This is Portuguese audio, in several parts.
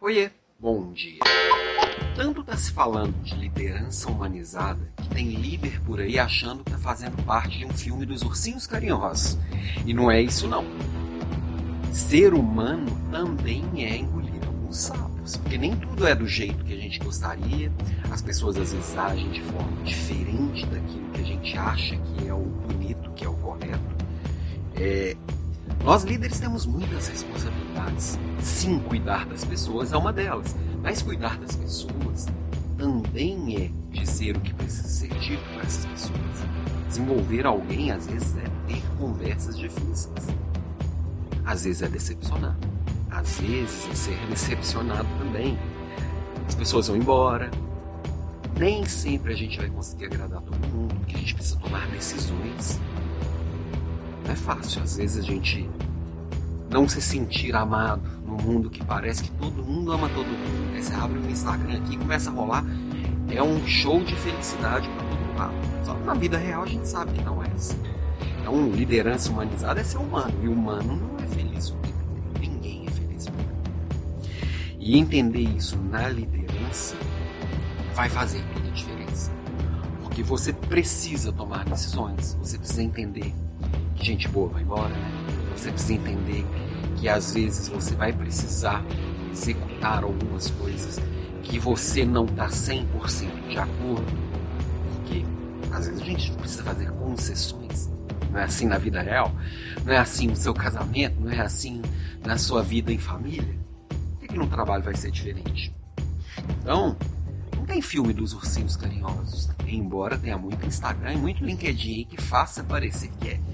Oiê, bom dia. Tanto está se falando de liderança humanizada que tem líder por aí achando que está fazendo parte de um filme dos ursinhos carinhosos. E não é isso não. Ser humano também é engolir alguns sapos, porque nem tudo é do jeito que a gente gostaria. As pessoas às vezes agem de forma diferente daquilo que a gente acha que é o bonito, que é o correto. Nós líderes temos muitas responsabilidades. Sim, cuidar das pessoas é uma delas, mas cuidar das pessoas também é dizer o que precisa ser dito para essas pessoas. Desenvolver alguém, às vezes, é ter conversas difíceis. Às vezes é decepcionar. Às vezes é ser decepcionado também. As pessoas vão embora. Nem sempre a gente vai conseguir agradar todo mundo, porque a gente precisa tomar decisões. Não é fácil, às vezes a gente não se sentir amado num mundo que parece que todo mundo ama todo mundo. Aí você abre o Instagram aqui e começa a rolar, é um show de felicidade para todo lado. Só que na vida real a gente sabe que não é assim. Então, liderança humanizada é ser humano, e o humano não é feliz o tempo inteiro. Ninguém é feliz o tempo inteiro. E entender isso na liderança vai fazer toda a diferença. Porque você precisa tomar decisões, você precisa entender que gente boa vai embora, né? Você precisa entender que às vezes você vai precisar executar algumas coisas que você não está 100% de acordo, porque às vezes a gente precisa fazer concessões. Não é assim na vida real? Não é assim no seu casamento? Não é assim na sua vida em família? Por que no trabalho vai ser diferente? Então, não tem filme dos ursinhos carinhosos, embora tenha muito Instagram e muito LinkedIn aí que faça parecer que é.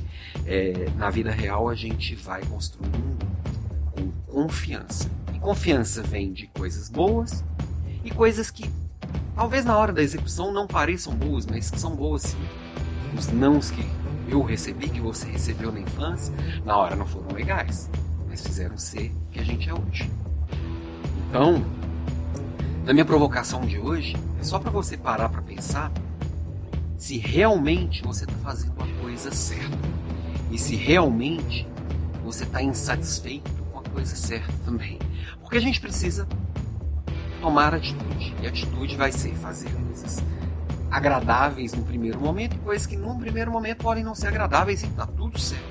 Na vida real a gente vai construindo com confiança. E confiança vem de coisas boas e coisas que talvez na hora da execução não pareçam boas, mas que são boas sim. Os nãos que eu recebi, que você recebeu na infância, na hora não foram legais, mas fizeram ser o que a gente é hoje. Então, na minha provocação de hoje, é só para você parar para pensar se realmente você está fazendo a coisa certa. E se realmente você está insatisfeito com a coisa certa também. Porque a gente precisa tomar atitude. E a atitude vai ser fazer coisas agradáveis no primeiro momento e coisas que no primeiro momento podem não ser agradáveis e está tudo certo.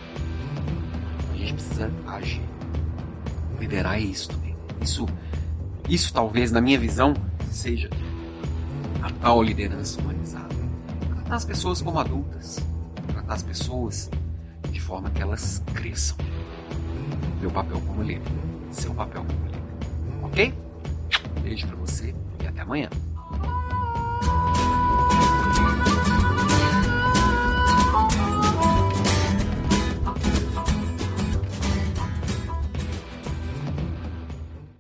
A gente precisa agir. Liderar é isso também. Isso talvez, na minha visão, seja a tal liderança humanizada. Tratar as pessoas como adultas. Tratar as pessoas de forma que elas cresçam. Meu papel como líder, seu papel como líder. Ok? Beijo pra você e até amanhã.